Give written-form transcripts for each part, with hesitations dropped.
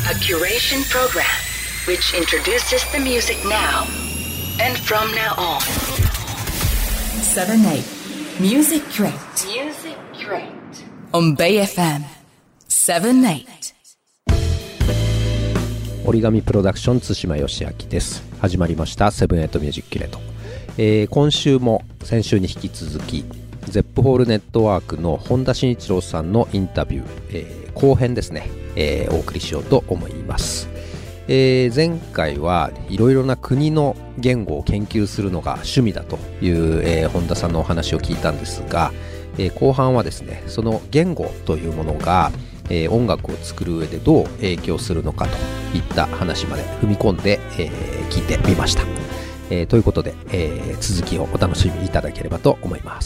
A curation program which introduces the music now and from now on. 7-8 Music Crate. Music Crate. On Bay FM 7-8. 折り紙プロダクション津島義明です。始まりましたセブンエイトミュージックレート。今週も先週に引き続きゼップホールネットワークの本田慎一郎さんのインタビュー、後編ですね、お送りしようと思います。前回はいろいろな国の言語を研究するのが趣味だという、本田さんのお話を聞いたんですが、後半はですねその言語というものが、音楽を作る上でどう影響するのかといった話まで踏み込んで、聞いてみました。ということで、続きをお楽しみいただければと思います。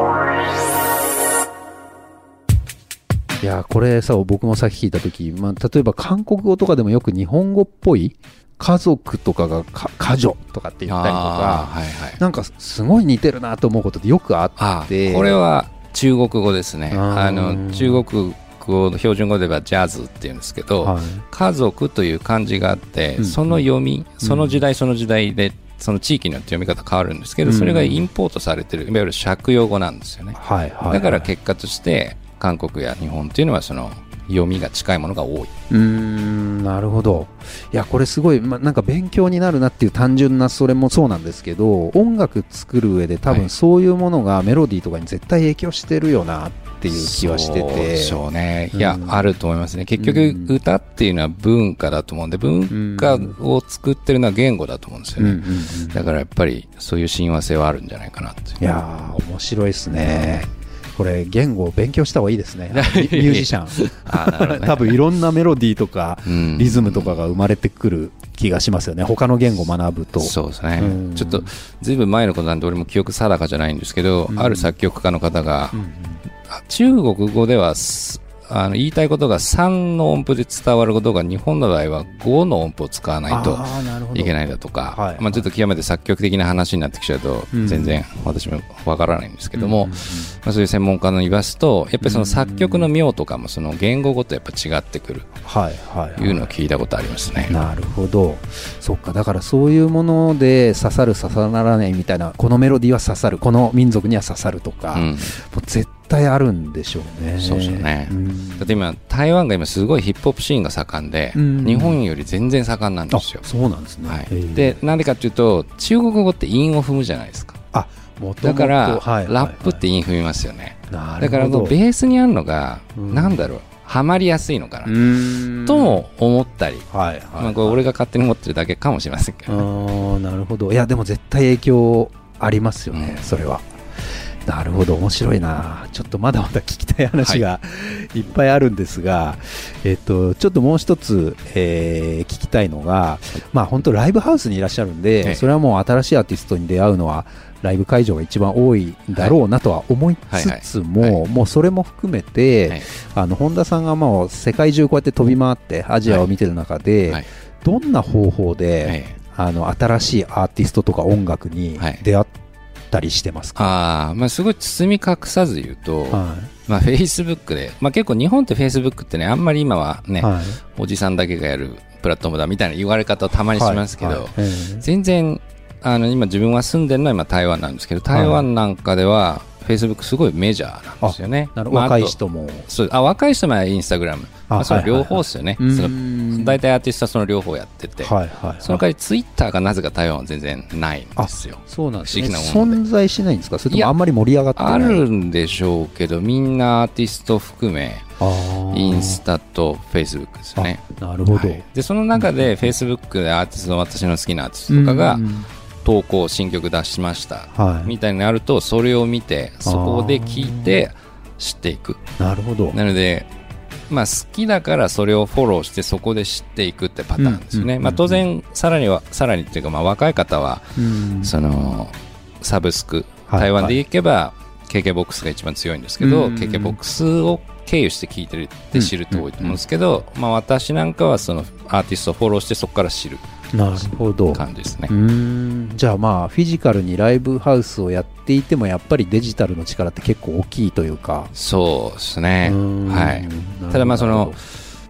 いやこれさ僕もさっき聞いた時、例えば韓国語とかでもよく日本語っぽい家族とかが家女とかって言ったりとか、はいはい、なんかすごい似てるなと思うことってよくあって、 これは中国語ですね。中国語の標準語ではジャズっていうんですけど、はい、家族という漢字があって、その読み、その時代その時代でその地域によって読み方変わるんですけど、それがインポートされてるいわゆる借用語なんですよね、はいはいはい、だから結果として韓国や日本っていうのはその読みが近いものが多い。 なるほど。いやこれすごい、なんか勉強になるなっていう単純なそれもそうなんですけど、音楽作る上で多分そういうものがメロディーとかに絶対影響してるよなっていう気はしてて。 そうでしょうね。いや、あると思いますね。結局歌っていうのは文化だと思うんで、文化を作ってるのは言語だと思うんですよね、だからやっぱりそういう親和性はあるんじゃないかなって。 いや面白いですね。これ言語を勉強した方がいいですね。ミュージシャン多分いろんなメロディーとかリズムとかが生まれてくる気がしますよね、他の言語を学ぶと。 そうですね、ちょっとずいぶん前のことなんで俺も記憶定かじゃないんですけど、ある作曲家の方が、中国語では言いたいことが3の音符で伝わることが日本の場合は5の音符を使わないといけないだとか、ちょっと極めて作曲的な話になってきちゃうと全然私もわからないんですけども、そういう専門家の言わすとやっぱりその作曲の妙とかもその言語ごとやっぱ違ってくるいうのを聞いたことありますね。 なるほど。そっか、だからそういうもので刺さる刺さらないみたいな、このメロディーは刺さる、この民族には刺さるとか、もう絶対あるんでしょうね。 そうですよね、だって今台湾が今すごいヒップホップシーンが盛んで、日本より全然盛んなんですよ。 そうなんですね、はい、 でなんでかというと中国語って韻を踏むじゃないですか。だから、ラップって韻踏みますよね。だからベースにあるのが、なんだろう、はまりやすいのかなとも思ったり、これ俺が勝手に思ってるだけかもしれませんけど、 なるほど。いやでも絶対影響ありますよね、それは。なるほど、面白いな。ちょっとまだまだ聞きたい話がいっぱいあるんですが、ちょっともう一つ、聞きたいのが、本当ライブハウスにいらっしゃるんで、それはもう新しいアーティストに出会うのはライブ会場が一番多いんだろうなとは思いつつも、もうそれも含めて、本田さんがもう世界中こうやって飛び回ってアジアを見てる中で、どんな方法で、新しいアーティストとか音楽に出会ったりしてますか？ すごい包み隠さず言うと、Facebook で、結構日本って Facebook ってね、あんまり今はね、おじさんだけがやるプラットフォームだみたいな言われ方をたまにしますけど、全然今自分は住んでるのは今台湾なんですけど、台湾なんかでは Facebook すごいメジャーなんですよね。 若い人も若い人もインスタグラム、その両方ですよね。大体アーティストはその両方やってて、その代わりツイッターがなぜか台湾は全然ないんですよ。 そうなんですね。存在しないんですか？それともあんまり盛り上がってない？ あるんでしょうけど、みんなアーティスト含めインスタとフェイスブックですよね。 なるほど、 でその中でフェイスブックでアーティスト、私の好きなアーティストとかが投稿、新曲出しました、みたいになると、それを見てそこで聞いて知っていく。 なるほど。 なので好きだからそれをフォローしてそこで知っていくってパターンですよね。当然さらにっていうか、若い方はそのサブスク、台湾でいけば KKBOX が一番強いんですけど、KKBOX を経由して聞いてるって知ると多いと思うんですけど、私なんかはそのアーティストをフォローしてそこから知る感じですね。 じゃあフィジカルにライブハウスをやっていてもやっぱりデジタルの力って結構大きいというか。 そうですね、はい。ただその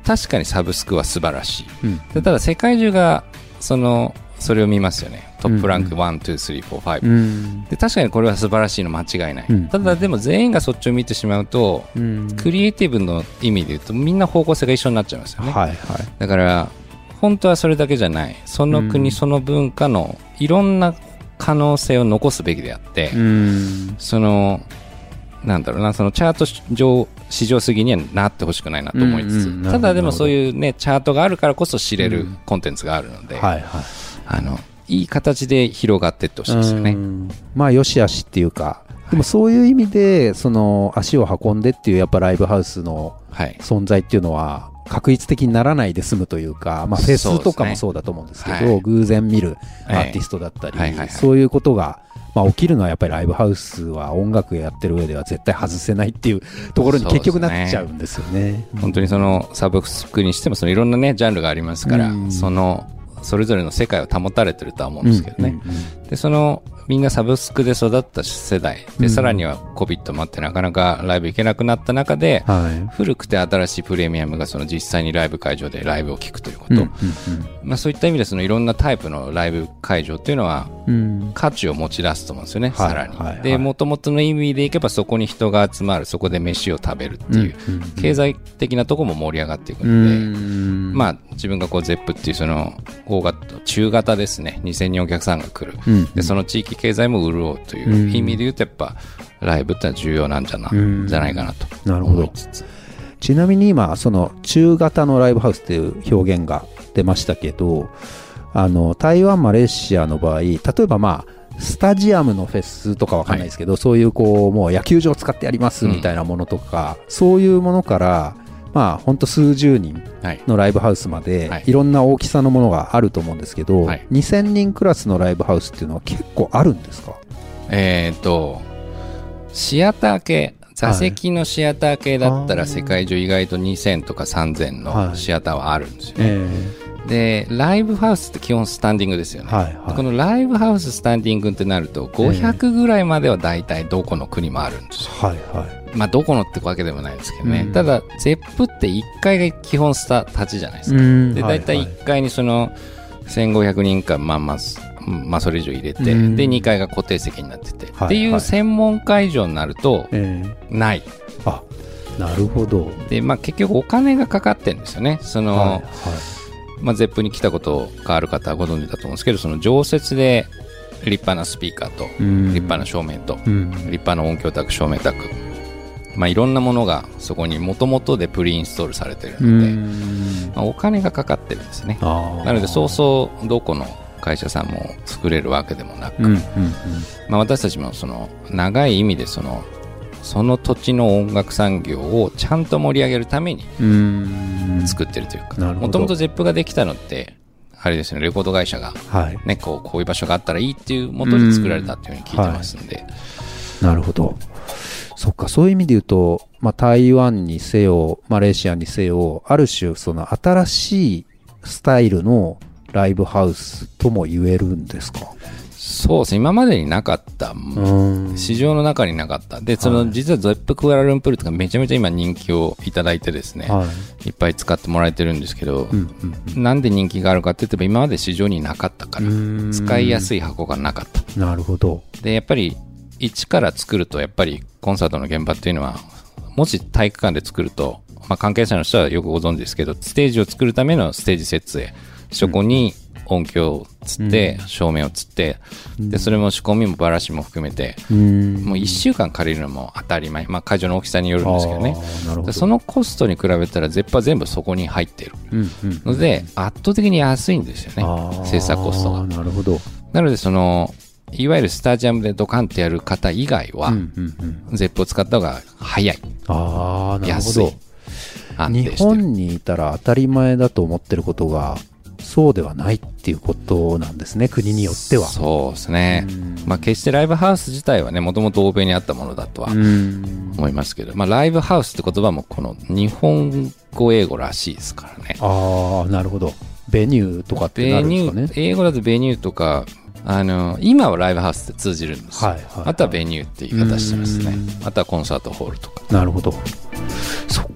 確かにサブスクは素晴らしい、 うん、 でただ世界中がそれを見ますよね。トップランク1、2、3、4、5、 うん、 で確かにこれは素晴らしいの間違いない、 うん、 ただでも全員がそっちを見てしまうと、うん、クリエイティブの意味で言うとみんな方向性が一緒になっちゃいますよね、 はいはい、 だから本当はそれだけじゃない、その国、その文化のいろんな可能性を残すべきであって、なんだろうな、そのチャート上市場過ぎにはなってほしくないなと思いつつ、ただでもそういうねチャートがあるからこそ知れるコンテンツがあるので、はいはい、いい形で広がっていってほしいですよね。 まあ良し悪しっていうか、でもそういう意味でその足を運んでっていうやっぱライブハウスの存在っていうのは確率的にならないで済むというか、まあ、フェスとかもそうだと思うんですけど、はい、偶然見るアーティストだったり、そういうことが、まあ、起きるのはやっぱりライブハウスは音楽やってる上では絶対外せないっていうところに結局なっちゃうんですよね。 本当にそのサブスクにしてもそのいろんなねジャンルがありますから、それぞれの世界を保たれてるとは思うんですけどね、でみんなサブスクで育った世代で、さらには COVID もあってなかなかライブ行けなくなった中で、古くて新しいプレミアムがその実際にライブ会場でライブを聞くということ、まあ、そういった意味でそのいろんなタイプのライブ会場っていうのは価値を持ち出すと思うんですよね、さらに。で元々の意味でいけばそこに人が集まる、そこで飯を食べるっていう経済的なところも盛り上がっていくので、まあ自分がこう ZEP っていうその大型中型ですね、2000人お客さんが来る、でその地域経済も潤うという意味で言うとやっぱライブってのは重要なんじゃないかなと思いつつ、 ちなみに今その中型のライブハウスっていう表現が出ましたけど、台湾マレーシアの場合、例えばまあスタジアムのフェスとかわかんないですけど、そういうこうもう野球場を使ってやりますみたいなものとか、そういうものからまあ本当数十人のライブハウスまでいろんな大きさのものがあると思うんですけど、2000人クラスのライブハウスっていうのは結構あるんですか？ シアター系、座席のシアター系だったら世界中意外と2000とか3000のシアターはあるんですよね、でライブハウスって基本スタンディングですよね、このライブハウススタンディングってなると500ぐらいまでは大体どこの国もあるんですよ、まあどこのってわけでもないですけどね、ただ ZEP って1階が基本立ちじゃないですか、で大体1階にその1500人かまあそれ以上入れて、で2階が固定席になってて、っていう専門会場になるとない、 あ、なるほど。 でまあ結局お金がかかってるんですよね。まあ、ZEP に来たことがある方はご存知だと思うんですけど、その常設で立派なスピーカーと立派な照明と立派な音響卓、照明卓、まあ、いろんなものがそこに元々でプリインストールされているので、まあ、お金がかかってるんですね。なのでそうそうどこの会社さんも作れるわけでもなく、まあ、私たちもその長い意味でその土地の音楽産業をちゃんと盛り上げるために作ってるというか、もともと ZEP ができたのってあれですね、レコード会社が、ね、こういう場所があったらいいっていう元で作られたっていうふうに聞いてますんで、 なるほど。そっか、そういう意味で言うと、まあ、台湾にせよマレーシアにせよ、ある種その新しいスタイルのライブハウスとも言えるんですか？ そうですね、今までになかった、市場の中になかった。で、実は ZEP クアラルンプールとかめちゃめちゃ今人気をいただいてですね、いっぱい使ってもらえてるんですけど、なんで人気があるかって言って今まで市場になかったから、使いやすい箱がなかった。 なるほど。 で、やっぱり一から作ると、やっぱりコンサートの現場っていうのは、もし体育館で作ると、まあ、関係者の人はよくご存知ですけど、ステージを作るためのステージ設営、そこに音響をつって、照明をつって、でそれも仕込みもバラシも含めて、もう1週間借りるのも当たり前、まあ、会場の大きさによるんですけどね。でそのコストに比べたら ZEP は全部そこに入ってるので、圧倒的に安いんですよね、制作コストが。 なるほど。 なのでいわゆるスタジアムでドカンってやる方以外は、ZEP を使った方が早い、安い、 日本にいたら当たり前だと思ってることがそうではないっていうことなんですね、国によっては。 そうですね、まあ、決してライブハウス自体はね、もともと欧米にあったものだとは思いますけど、まあ、ライブハウスって言葉もこの日本語英語らしいですからね。 なるほど。ベニューとかってなるんですかね。 英語だとベニューとか、今はライブハウスって通じるんですよ、あとはベニューって言い方してますね。あとはコンサートホールとか。 なるほど。そっか、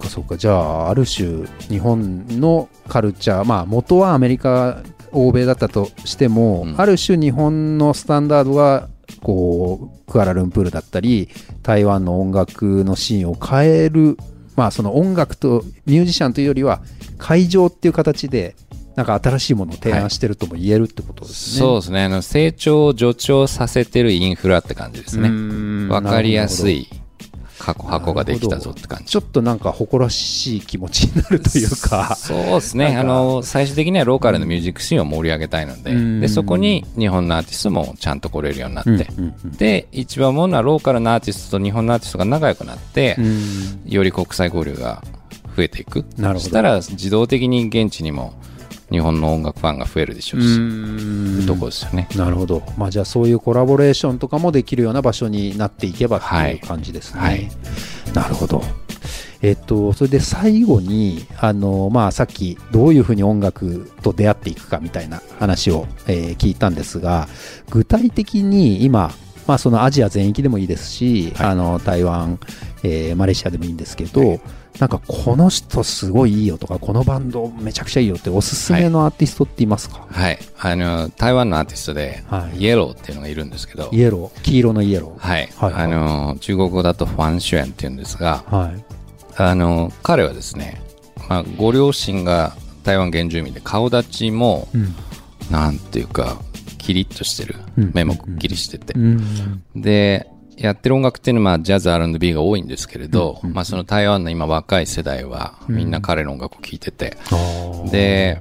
かそうか。じゃあある種日本のカルチャー、まあ元はアメリカ欧米だったとしても、ある種日本のスタンダードがこうクアラルンプールだったり台湾の音楽のシーンを変える、まあその音楽とミュージシャンというよりは会場っていう形でなんか新しいものを提案してるとも言えるってことですね。 そうですね。成長を助長させてるインフラって感じですね。わかりやすい箱ができたぞって感じ。 ちょっとなんか誇らしい気持ちになるというか。 そうですね。最終的にはローカルのミュージックシーンを盛り上げたいので、でそこに日本のアーティストもちゃんと来れるようになって、で一番思うのはローカルのアーティストと日本のアーティストが仲良くなって、より国際交流が増えていく。そしたら自動的に現地にも日本の音楽ファンが増えるでしょうし、ってとこですよね。 なるほど。まあじゃあそういうコラボレーションとかもできるような場所になっていけばっていう感じですね。はい、なるほど。それで最後にまあさっきどういうふうに音楽と出会っていくかみたいな話を、聞いたんですが、具体的に今、まあそのアジア全域でもいいですし、台湾、マレーシアでもいいんですけど。なんかこの人すごいいいよとかこのバンドめちゃくちゃいいよっておすすめのアーティストっていますか？ はい、台湾のアーティストで、イエローっていうのがいるんですけど、 イエロー、黄色のイエロー、 はい、中国語だとファンシュエンっていうんですが、彼はですね、まあ、ご両親が台湾原住民で顔立ちも、なんていうかキリッとしてる、目もくっきりしてて、でやってる音楽っていうのは、まあ、ジャズ R&B が多いんですけれど、まあ、その台湾の今若い世代はみんな彼の音楽を聴いてて、で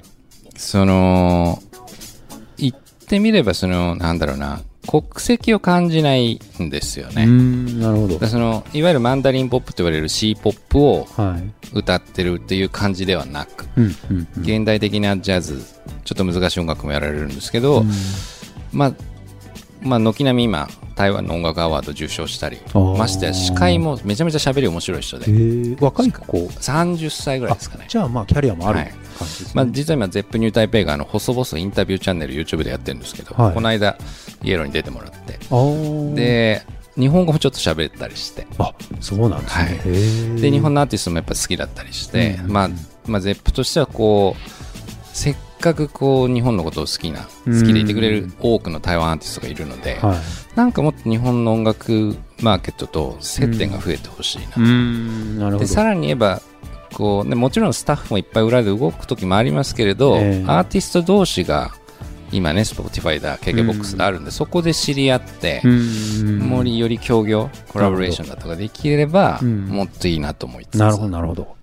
言ってみればなんだろうな、国籍を感じないんですよね。 なるほど。 いわゆるマンダリンポップと言われる C ポップを歌ってるっていう感じではなく、現代的なジャズ、ちょっと難しい音楽もやられるんですけど、まあ軒並み今台湾の音楽アワード受賞したり、ましてや司会もめちゃめちゃ喋り面白い人で、 若い子 30歳ぐらいですかね。 じゃあまあキャリアもある感じですね。 まあ、実は今ゼップニュータイペイが細々インタビューチャンネル YouTube でやってるんですけど、この間イエローに出てもらって、で日本語もちょっと喋ったりして、 そうなんですね。 で日本のアーティストもやっぱ好きだったりして、まあゼップとしてはこうせっかくこう日本のことを好きでいてくれる多くの台湾アーティストがいるので、なんかもっと日本の音楽マーケットと接点が増えてほしいな。 なるほど。 でさらに言えばこう、ね、もちろんスタッフもいっぱい裏で動く時もありますけれど、アーティスト同士が今ね Spotify だ KKBOX があるんで、そこで知り合って、より協業コラボレーションだとかできれば、もっといいなと思いつつ。 なるほどなるほど。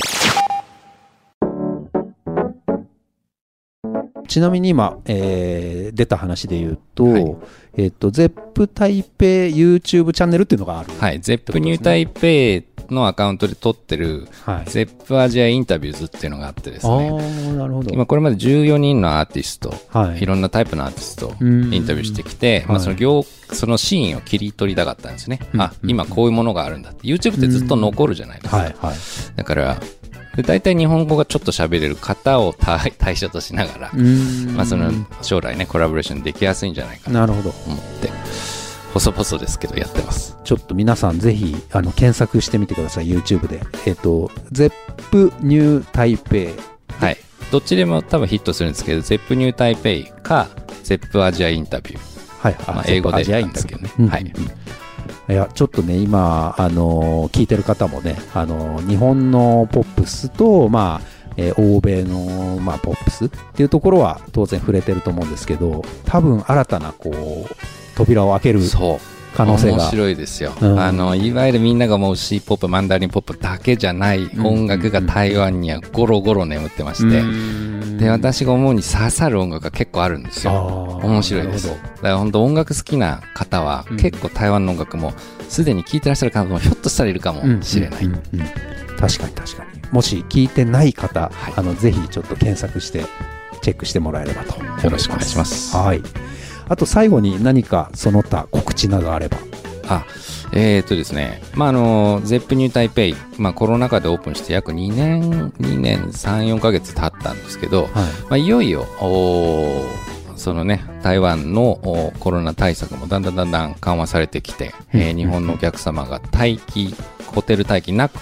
ちなみに今、出た話で言うと、ゼップ台北 YouTube チャンネルっていうのがある、 はい、ゼップニュー台北のアカウントで撮ってる、ゼップアジアインタビューズっていうのがあってですね、 なるほど。 今これまで14人のアーティスト、いろんなタイプのアーティストをインタビューしてきて、まあ、そのシーンを切り取りたかったんですね。今こういうものがあるんだって。 YouTube ってずっと残るじゃないですか。だから大体日本語がちょっと喋れる方を対象としながら、まあ、将来ねコラボレーションできやすいんじゃないかなと思って細々ですけどやってます。 ちょっと皆さんぜひ検索してみてください YouTube で。ゼップニュー台北、 はい、どっちでも多分ヒットするんですけど、ゼップニュー台北かゼップアジアインタビュー、まあ、英語でなんですけどね。 いやちょっとね今聞いてる方もね日本のポップスと、まあ欧米の、まあ、ポップスっていうところは当然触れてると思うんですけど、多分新たなこう扉を開ける可能性が面白いですよ。いわゆるみんなが思う C ポップマンダリンポップだけじゃない音楽が台湾にはゴロゴロ眠ってまして、で私が思うに刺さる音楽が結構あるんですよ。面白いです。だから本当音楽好きな方は、結構台湾の音楽もすでに聴いてらっしゃる方もひょっとしたらいるかもしれない。 確かに確かに。もし聴いてない方、ぜひちょっと検索してチェックしてもらえればと思います。 よろしくお願いします。 はい。あと最後に何かその他告知などあれば。 ですね、まあゼップニュー台北、まあ、コロナ禍でオープンして約2年3、4ヶ月経ったんですけど、いよいよそのね台湾のコロナ対策もだんだん緩和されてきて、日本のお客様がホテル待機なく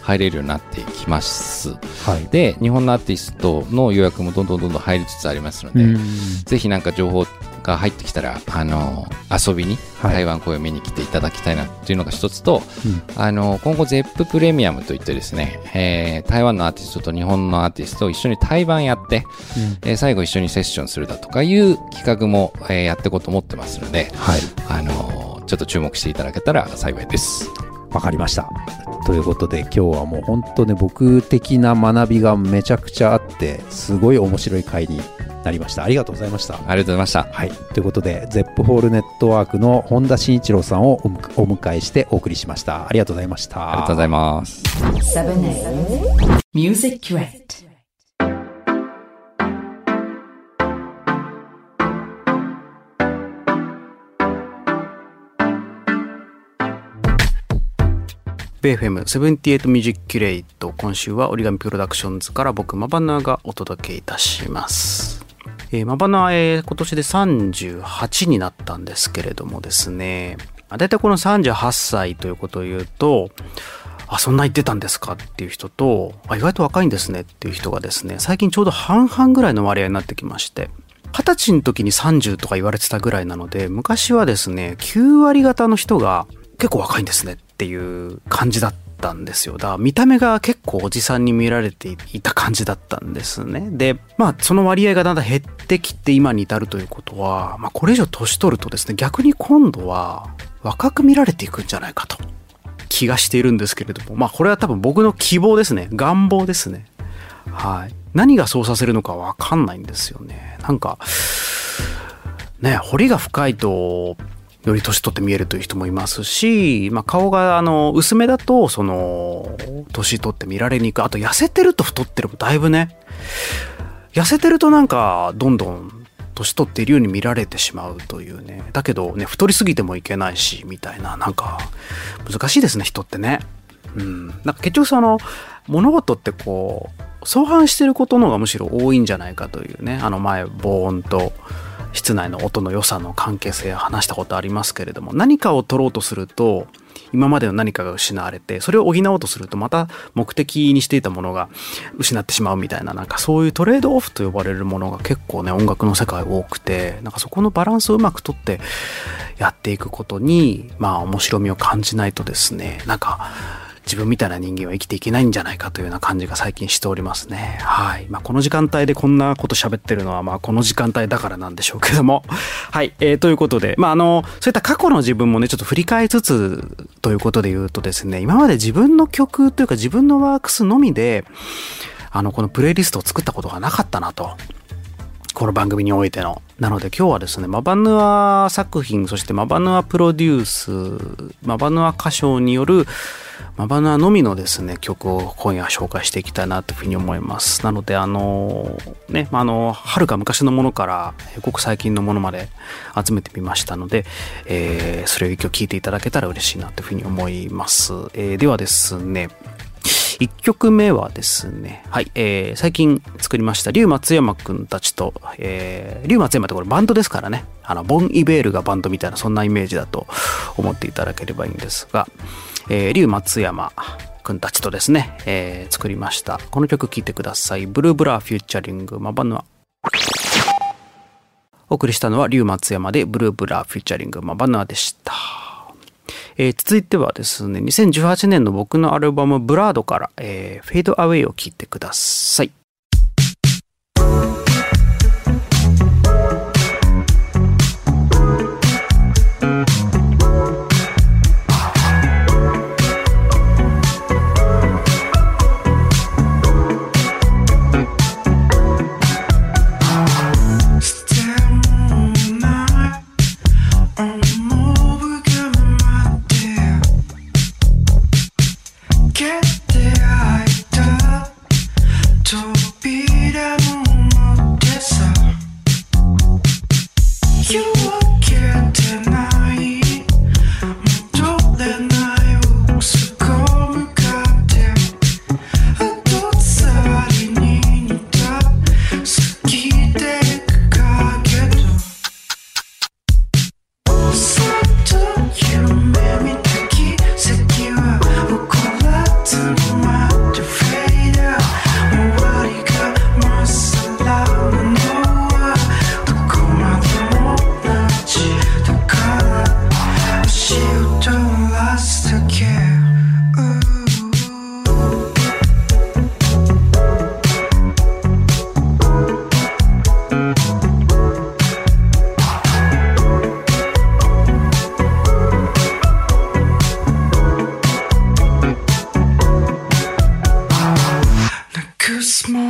入れるようになってきます、 はい、 で日本のアーティストの予約もどんどん入りつつありますので、ぜひなんか情報が入ってきたら遊びに台湾公演を見に来ていただきたいなっていうのが一つと、今後 ZEP プレミアムといってですね、台湾のアーティストと日本のアーティストを一緒に対バンやって、最後一緒にセッションするだとかいう企画も、やっていこうと思ってますので、はい、ちょっと注目していただけたら幸いです。 わかりました。ということで今日はもう本当ね、僕的な学びがめちゃくちゃあってすごい面白い回になりました。ありがとうございました。 ありがとうございました。 はい、ということで ZEP ホールネットワークの本田慎一郎さんをお迎えしてお送りしました。ありがとうございました。 ありがとうございます。 7-8 Music Crate。 BFM78 ミュージックキュレイト、今週は折り紙プロダクションズから僕マバナがお届けいたします。マバナは今年で38になったんですけれどもですね、だいたいこの38歳ということを言うと、そんな言ってたんですかっていう人と、意外と若いんですねっていう人がですね、最近ちょうど半々ぐらいの割合になってきまして、20歳の時に30とか言われてたぐらいなので、昔はですね9割方の人が結構若いんですねっていう感じだったんですよ。だから見た目が結構おじさんに見られていた感じだったんですね。で、その割合がだんだん減ってきて今に至るということは、これ以上年取るとですね、逆に今度は若く見られていくんじゃないかと気がしているんですけれども、これは多分僕の希望ですね。願望ですね。はい。何がそうさせるのかわかんないんですよね。なんかね、彫りが深いとより年取って見えるという人もいますし、顔が薄めだとその年取って見られにくい。あと痩せてると太ってるもだいぶね、痩せてるとなんかどんどん年取っているように見られてしまうというね。だけどね、太りすぎてもいけないしみたいな、なんか難しいですね、人ってね。なんか結局その物事ってこう相反してることの方がむしろ多いんじゃないかというね、前防音と室内の音の良さの関係性を話したことありますけれども、何かを取ろうとすると今までの何かが失われて、それを補おうとするとまた目的にしていたものが失ってしまうみたいな、なんかそういうトレードオフと呼ばれるものが結構ね、音楽の世界多くて、なんかそこのバランスをうまくとってやっていくことに面白みを感じないとですね、なんか自分みたいな人間は生きていけないんじゃないかというような感じが最近しておりますね。はい。この時間帯でこんなこと喋ってるのはこの時間帯だからなんでしょうけども、はい。ということで、そういった過去の自分もね、ちょっと振り返りつつということで言うとですね、今まで自分の曲というか自分のワークスのみでこのプレイリストを作ったことがなかったなと。この番組においての。なので今日はですね、マバヌア作品、そしてマバヌアプロデュース、マバヌア歌唱によるマバヌアのみのですね、曲を今夜紹介していきたいなというふうに思います。なのではるか昔のものからごく最近のものまで集めてみましたので、それを今日聴いていただけたら嬉しいなというふうに思います。ではですね、1曲目はですね、はい、最近作りました竜松山くんたちと、竜松山ってこれバンドですからね、ボンイベールがバンドみたいな、そんなイメージだと思っていただければいいんですが、竜松山くんたちとですね、作りましたこの曲聴いてください。ブルーブラーフューチャリングマバヌア。お送りしたのは竜松山でブルーブラーフューチャリングマバヌアでした。続いてはですね、2018年の僕のアルバムブラードから、フェードアウェイを聴いてください。 夢見た奇跡は起こらずも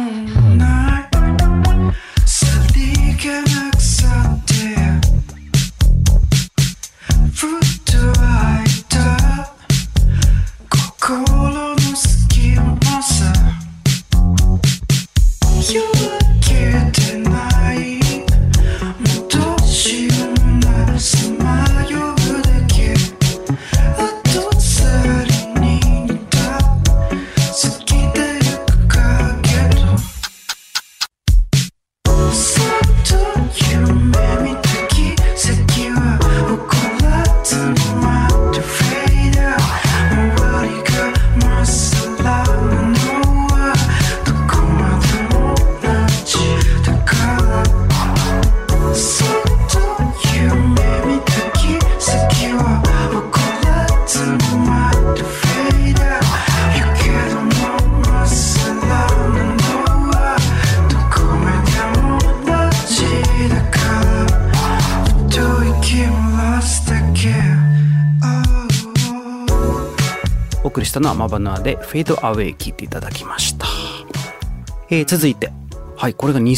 お送りしたのはマバナーでフェードアウェイ聞いていただきました。続いて、はい、これが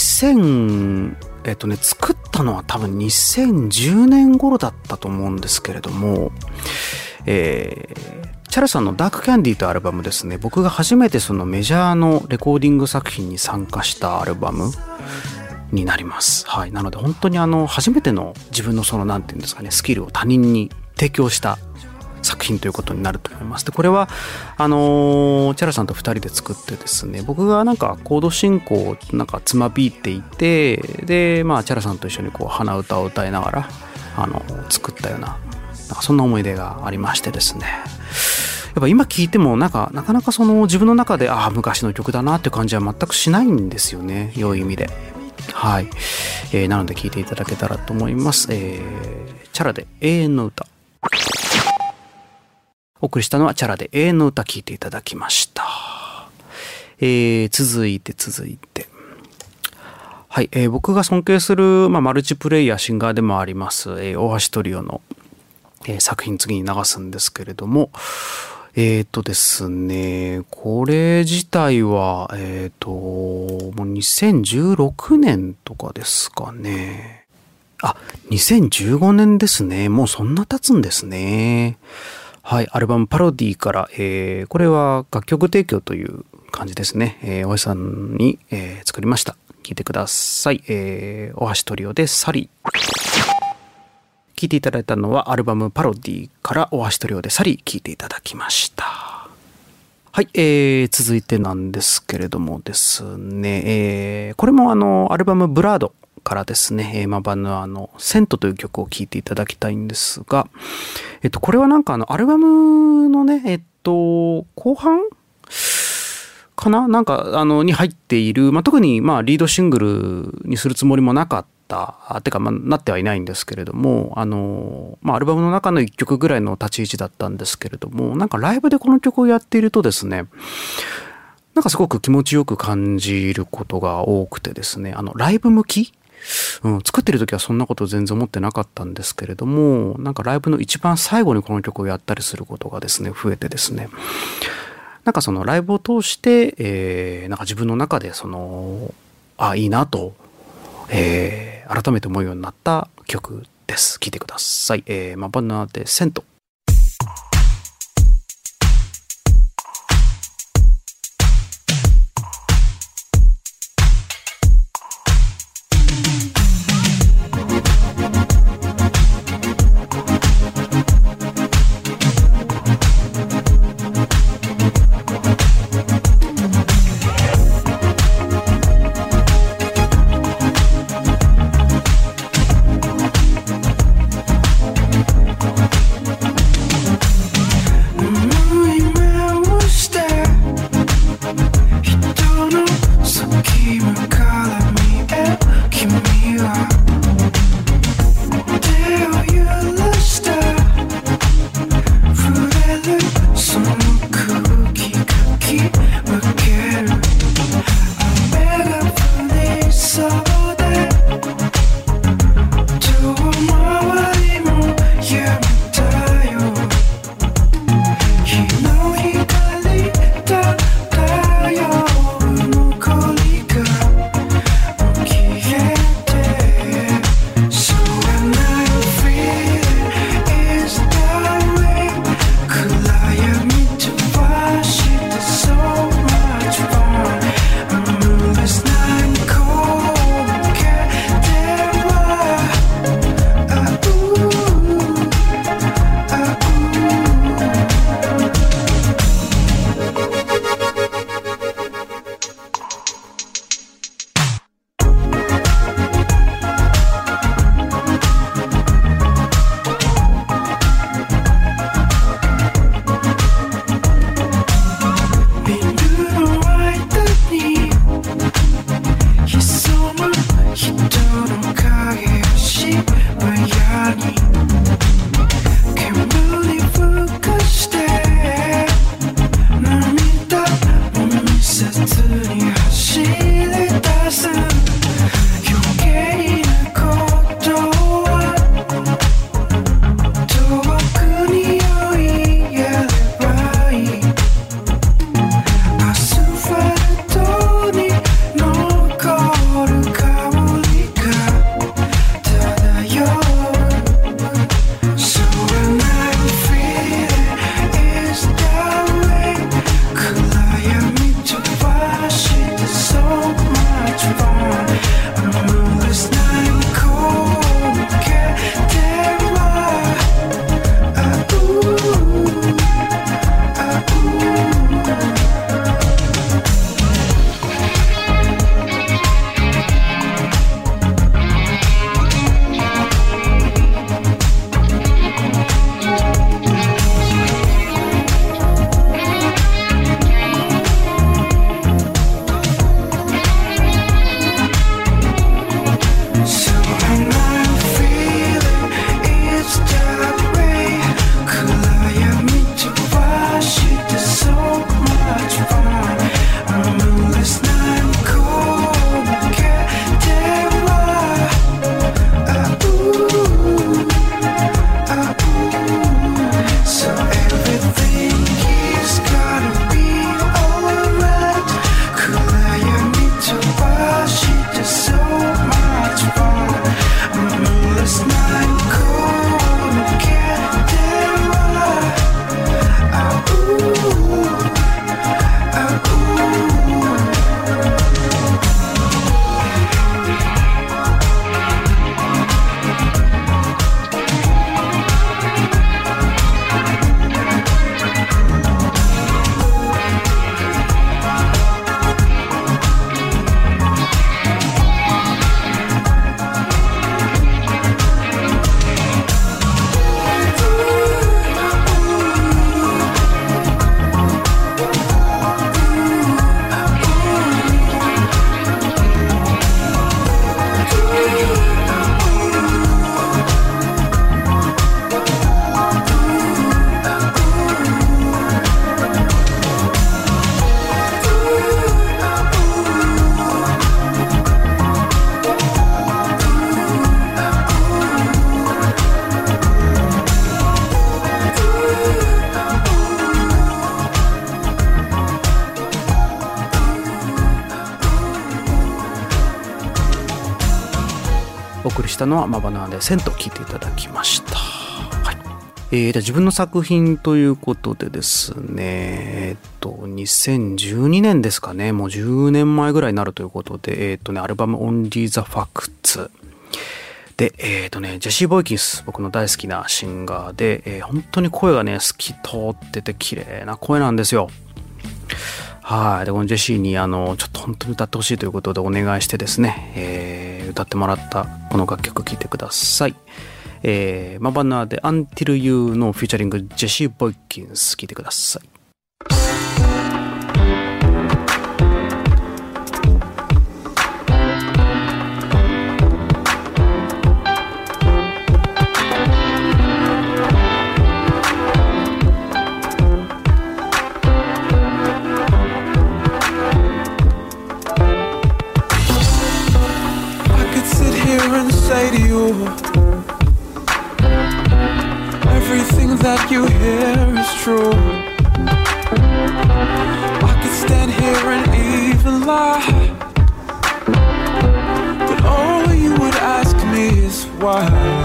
作ったのは多分2010年頃だったと思うんですけれども、チャラさんのダークキャンディーというアルバムですね、僕が初めてそのメジャーのレコーディング作品に参加したアルバムになります。はい、なので本当に初めての自分のそのなんていうんですかね、スキルを他人に提供した作品ということになると思います。でこれはチャラさんと2人で作ってですね、僕がなんかコード進行をなんかつまびいていて、でチャラさんと一緒にこう鼻歌を歌いながら作ったような、そんな思い出がありましてですね、やっぱ今聴いてもなかなかその自分の中で昔の曲だなっていう感じは全くしないんですよね、良い意味で。はい、なので聴いていただけたらと思います。チャラで永遠の歌。お送りしたのはチャラで永遠の歌聴いていただきました。続いてはい、僕が尊敬する、マルチプレイヤーシンガーでもあります、大橋トリオの、作品次に流すんですけれども、ですね、これ自体はもう2016年とかですかね。2015年ですね。もうそんな経つんですね。はい、アルバムパロディから、これは楽曲提供という感じですね。大橋さんに、作りました。聴いてください。大橋トリオでサリー。聴いていただいたのはアルバムパロディから大橋トリオでサリー聴いていただきました。はい、続いてなんですけれどもですね、これもアルバムブラードからですね、マバヌアのセントという曲を聴いていただきたいんですが、これはなんかアルバムのね、後半かな、なんかに入っている、特にリードシングルにするつもりもなかったてかなってはいないんですけれども、アルバムの中の1曲ぐらいの立ち位置だったんですけれども、なんかライブでこの曲をやっているとですね、なんかすごく気持ちよく感じることが多くてですね、ライブ向き、作ってる時はそんなこと全然思ってなかったんですけれども、なんかライブの一番最後にこの曲をやったりすることがですね増えてですね、なんかそのライブを通して、なんか自分の中でいいなと、改めて思うようになった曲です。聴いてください。マバナでセント。 お送りしたのはマバナで1000と聞いていただきました。はい。で自分の作品ということでですね、2012年ですかね、もう10年前ぐらいになるということで、アルバム Only the Factsで、ジェシー・ボイキンス、僕の大好きなシンガーで、本当に声がね、透き通ってて綺麗な声なんですよ。はい。で、このジェシーに、ちょっと本当に歌ってほしいということでお願いしてですね、歌ってもらったこの楽曲聴いてください。マバナーで Until You のフィーチャリング、ジェシー・ボイキンス聴いてください。 Say to you, everything that you hear is true. I could stand here and even lie, but all you would ask me is why.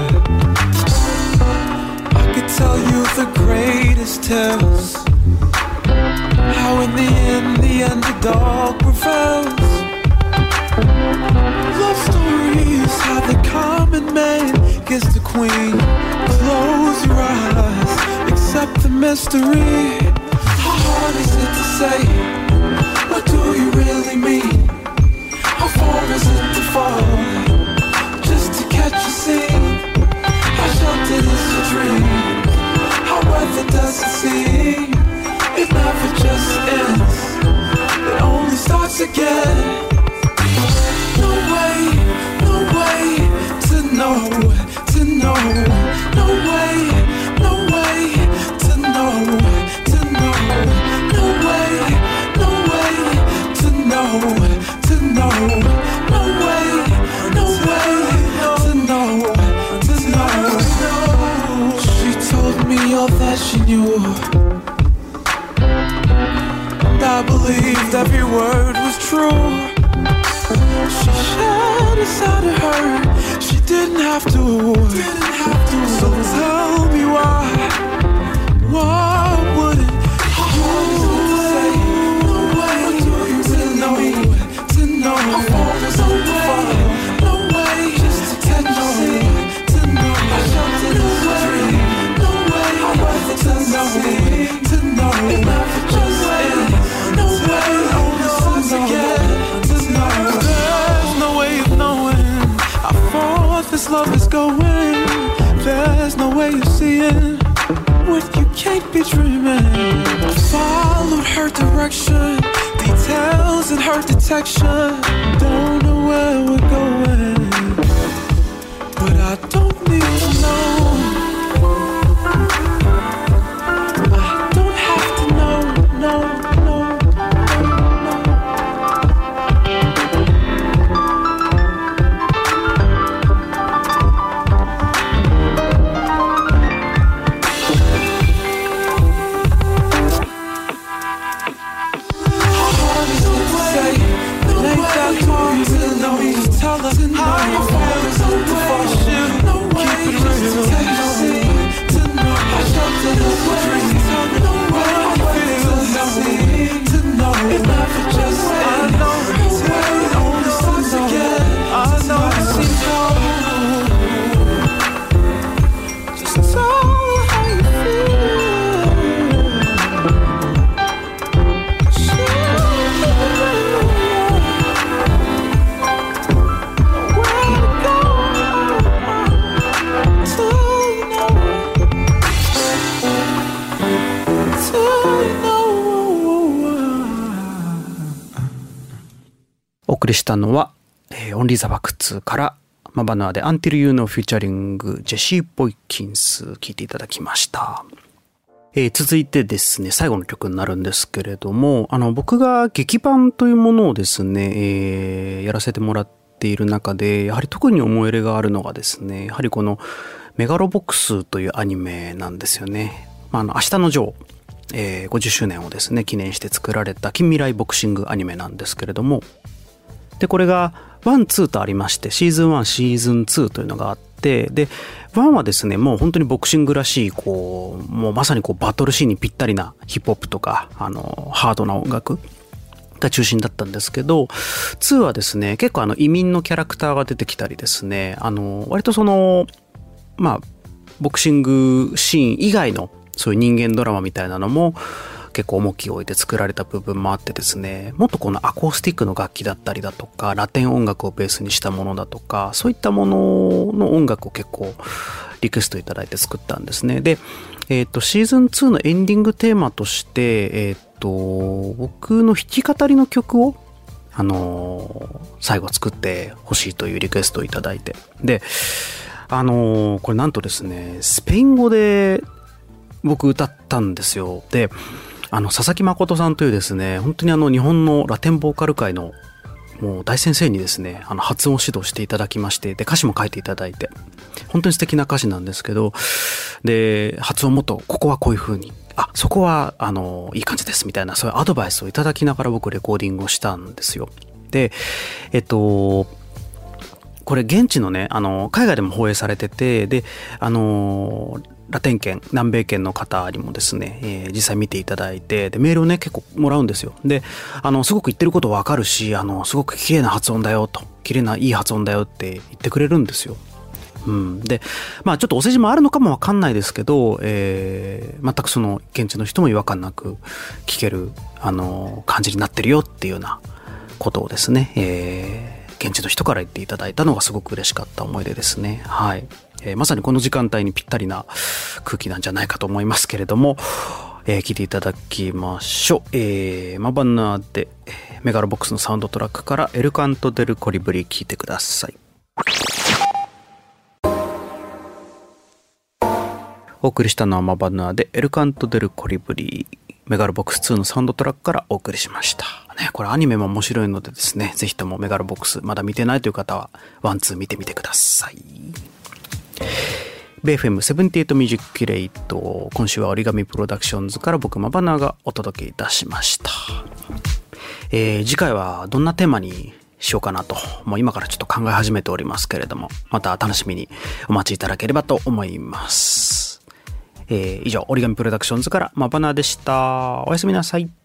I could tell you the greatest tales, how in the end the underdog prevails. Love stories, how the common man gets the queen. Close your eyes, accept the mystery. How hard is it to say? What do you really mean? How far is it to fall? Just to catch a scene. How sheltered is your dream? How worth it does it seem? It never just ends, it only starts again. No way to know, no way to know, no way to know, no way to know. She told me all that she knew, and I believed every word was true. She shed inside of her, she didn't have to. So tell me why wouldn't you say? No way to know, how far is it to fall? No way just to catch a scene, to know how sheltered is a dream. No way, how worth it to know, it never just ends. No way, only starts again. This love is going, there's no way of seeing what you can't be dreaming. Followed her direction, details in her detection. Don't know where we're going, but I don't need to know. I don't have to know, no.お送りしたのは、オンリーザバクツからマバナーで Until You のフューチャリングジェシー・ボイキンス聞いていただきました。続いてですね、最後の曲になるんですけれども、僕が劇版というものをですね、やらせてもらっている中で、やはり特に思い入れがあるのがですね、やはりこのメガロボックスというアニメなんですよね。明日のジョー、50周年をですね、記念して作られた近未来ボクシングアニメなんですけれども、で、これが 1、2とありまして、シーズン1、シーズン2というのがあって、で、1はですね、もう本当にボクシングらしい、こう、もうまさにこうバトルシーンにぴったりなヒップホップとか、ハードな音楽が中心だったんですけど、2はですね、結構移民のキャラクターが出てきたりですね、割とまあ、ボクシングシーン以外のそういう人間ドラマみたいなのも結構重きを置いて作られた部分もあってですね、もっとこのアコースティックの楽器だったりだとか、ラテン音楽をベースにしたものだとか、そういったものの音楽を結構リクエストいただいて作ったんですね。で、シーズン2のエンディングテーマとして、僕の弾き語りの曲を最後作ってほしいというリクエストをいただいて、で、これなんとですね、スペイン語で僕歌ったんですよ。で、佐々木誠さんというですね、本当に日本のラテンボーカル界のもう大先生にですね、発音指導していただきまして、で、歌詞も書いていただいて、本当に素敵な歌詞なんですけど、で、発音もっと、ここはこういう風に、そこは、いい感じです、みたいな、そういうアドバイスをいただきながら僕レコーディングをしたんですよ。で、これ現地のね、海外でも放映されてて、で、ラテン圏、南米圏の方にもですね、実際見ていただいて、で、メールをね、結構もらうんですよ。で、すごく言ってることわかるし、すごく綺麗な発音だよと、綺麗ないい発音だよって言ってくれるんですよ。うん。で、まあちょっとお世辞もあるのかもわかんないですけど、全くその現地の人も違和感なく聞ける、感じになってるよっていうようなことをですね、現地の人から言っていただいたのがすごく嬉しかった思い出ですね。はい。まさにこの時間帯にぴったりな空気なんじゃないかと思いますけれども、聞いていただきましょう。マバナでメガロボックスのサウンドトラックからエルカント・デル・コリブリ聞いてください。お送りしたのはマバナでエルカント・デル・コリブリ、メガロボックス2のサウンドトラックからお送りしました。ね、これアニメも面白いのでですね、ぜひともメガロボックスまだ見てないという方は1、2見てみてください。BFM78 ミュージックキュレイト、今週は折り紙プロダクションズから僕マバナがお届けいたしました。次回はどんなテーマにしようかなと、もう今からちょっと考え始めておりますけれども、また楽しみにお待ちいただければと思います。以上、折り紙プロダクションズからマバナでした。おやすみなさい。